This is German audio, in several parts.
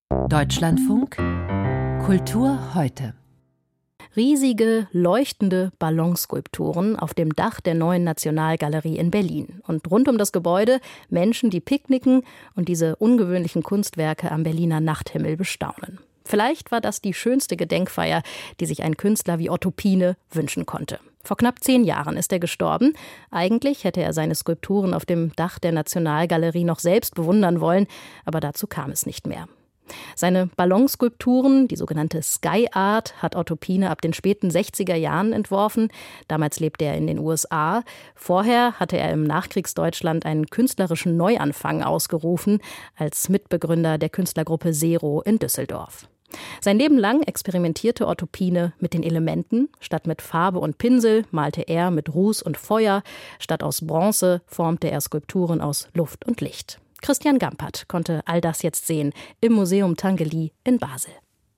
Deutschlandfunk Kultur heute. Riesige, leuchtende Ballonskulpturen auf dem Dach der Neuen Nationalgalerie in Berlin. Und rund um das Gebäude Menschen, die picknicken und diese ungewöhnlichen Kunstwerke am Berliner Nachthimmel bestaunen. Vielleicht war das die schönste Gedenkfeier, die sich ein Künstler wie Otto Piene wünschen konnte. Vor knapp 10 Jahren ist er gestorben. Eigentlich hätte er seine Skulpturen auf dem Dach der Nationalgalerie noch selbst bewundern wollen, aber dazu kam es nicht mehr. Seine Ballonskulpturen, die sogenannte Sky Art, hat Otto Piene ab den späten 60er Jahren entworfen. Damals lebte er in den USA. Vorher hatte er im Nachkriegsdeutschland einen künstlerischen Neuanfang ausgerufen, als Mitbegründer der Künstlergruppe Zero in Düsseldorf. Sein Leben lang experimentierte Otto Piene mit den Elementen. Statt mit Farbe und Pinsel malte er mit Ruß und Feuer. Statt aus Bronze formte er Skulpturen aus Luft und Licht. Christian Gampert konnte all das jetzt sehen im Museum Tinguely in Basel.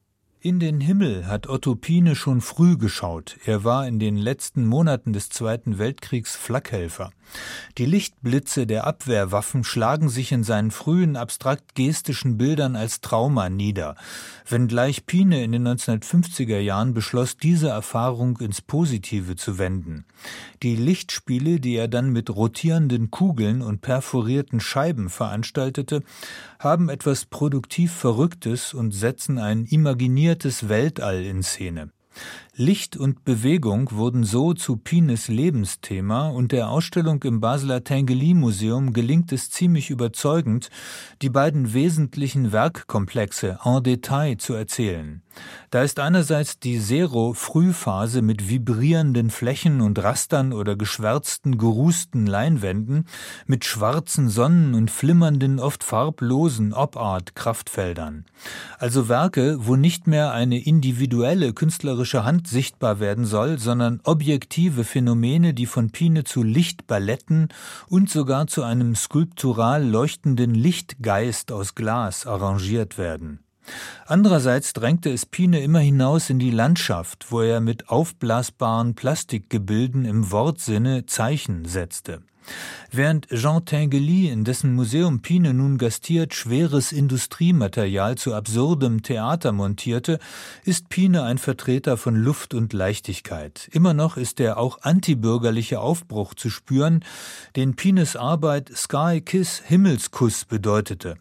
In den Himmel hat Otto Piene schon früh geschaut. Er war in den letzten Monaten des Zweiten Weltkriegs Flakhelfer. Die Lichtblitze der Abwehrwaffen schlagen sich in seinen frühen abstrakt-gestischen Bildern als Trauma nieder. Wenngleich Piene in den 1950er Jahren beschloss, diese Erfahrung ins Positive zu wenden. Die Lichtspiele, die er dann mit rotierenden Kugeln und perforierten Scheiben veranstaltete, haben etwas produktiv Verrücktes und setzen ein imaginiertes Weltall in Szene. Licht und Bewegung wurden so zu Pienes Lebensthema und der Ausstellung im Basler Tinguely-Museum gelingt es ziemlich überzeugend, die beiden wesentlichen Werkkomplexe en Detail zu erzählen. Da ist einerseits die Zero-Frühphase mit vibrierenden Flächen und Rastern oder geschwärzten, gerußten Leinwänden, mit schwarzen Sonnen und flimmernden, oft farblosen Op-Art-Kraftfeldern. Also Werke, wo nicht mehr eine individuelle künstlerische Hand sichtbar werden soll, sondern objektive Phänomene, die von Piene zu Lichtballetten und sogar zu einem skulptural leuchtenden Lichtgeist aus Glas arrangiert werden. Andererseits drängte es Piene immer hinaus in die Landschaft, wo er mit aufblasbaren Plastikgebilden im Wortsinne Zeichen setzte. Während Jean Tinguely, in dessen Museum Piene nun gastiert, schweres Industriematerial zu absurdem Theater montierte, ist Piene ein Vertreter von Luft und Leichtigkeit. Immer noch ist der auch antibürgerliche Aufbruch zu spüren, den Pienes Arbeit Sky Kiss Himmelskuss bedeutete.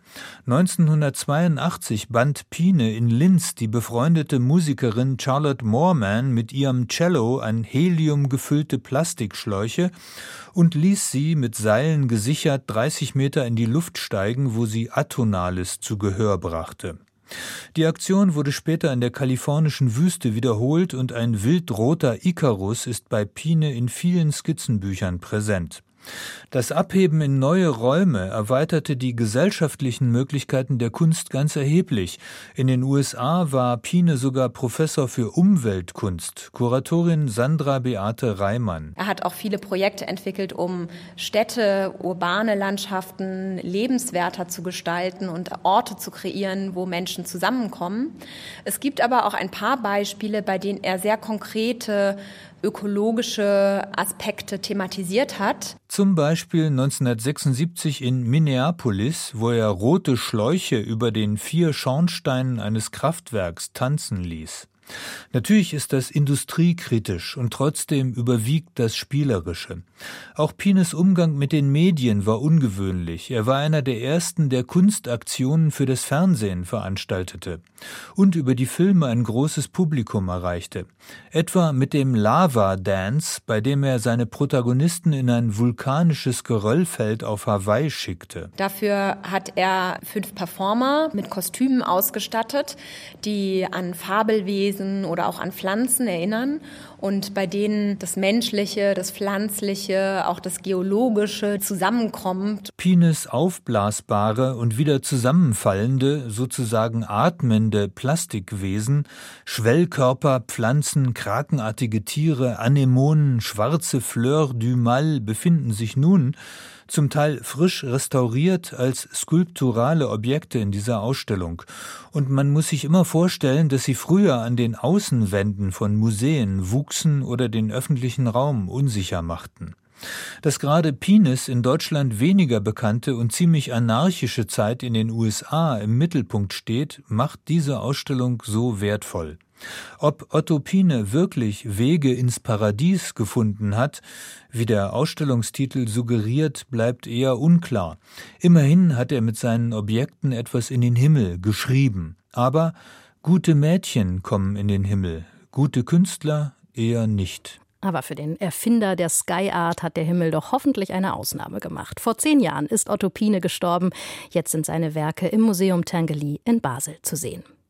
1982 band Piene in Linz die befreundete Musikerin Charlotte Moorman mit ihrem Cello an Helium gefüllte Plastikschläuche und ließ sie mit Seilen gesichert 30 Meter in die Luft steigen, wo sie Atonales zu Gehör brachte. Die Aktion wurde später in der kalifornischen Wüste wiederholt und ein wildroter Ikarus ist bei Piene in vielen Skizzenbüchern präsent. Das Abheben in neue Räume erweiterte die gesellschaftlichen Möglichkeiten der Kunst ganz erheblich. In den USA war Piene sogar Professor für Umweltkunst, Kuratorin Sandra Beate Reimann. Er hat auch viele Projekte entwickelt, um Städte, urbane Landschaften lebenswerter zu gestalten und Orte zu kreieren, wo Menschen zusammenkommen. Es gibt aber auch ein paar Beispiele, bei denen er sehr konkrete ökologische Aspekte thematisiert hat. Zum Beispiel 1976 in Minneapolis, wo er rote Schläuche über den 4 Schornsteinen eines Kraftwerks tanzen ließ. Natürlich ist das industriekritisch und trotzdem überwiegt das Spielerische. Auch Pienes Umgang mit den Medien war ungewöhnlich. Er war einer der ersten, der Kunstaktionen für das Fernsehen veranstaltete und über die Filme ein großes Publikum erreichte. Etwa mit dem Lava Dance, bei dem er seine Protagonisten in ein vulkanisches Geröllfeld auf Hawaii schickte. Dafür hat er 5 Performer mit Kostümen ausgestattet, die an Fabelwesen oder auch an Pflanzen erinnern und bei denen das Menschliche, das Pflanzliche, auch das Geologische zusammenkommt. Pienes aufblasbare und wieder zusammenfallende, sozusagen atmende Plastikwesen, Schwellkörper, Pflanzen, krakenartige Tiere, Anemonen, schwarze Fleur du Mal befinden sich nun, zum Teil frisch restauriert, als skulpturale Objekte in dieser Ausstellung. Und man muss sich immer vorstellen, dass sie früher an den Außenwänden von Museen wuchsen oder den öffentlichen Raum unsicher machten. Dass gerade Pines in Deutschland weniger bekannte und ziemlich anarchische Zeit in den USA im Mittelpunkt steht, macht diese Ausstellung so wertvoll. Ob Otto Pine wirklich Wege ins Paradies gefunden hat, wie der Ausstellungstitel suggeriert, bleibt eher unklar. Immerhin hat er mit seinen Objekten etwas in den Himmel geschrieben. Aber gute Mädchen kommen in den Himmel, gute Künstler eher nicht. Aber für den Erfinder der Sky Art hat der Himmel doch hoffentlich eine Ausnahme gemacht. Vor 10 Jahren ist Otto Pine gestorben. Jetzt sind seine Werke im Museum Tinguely in Basel zu sehen.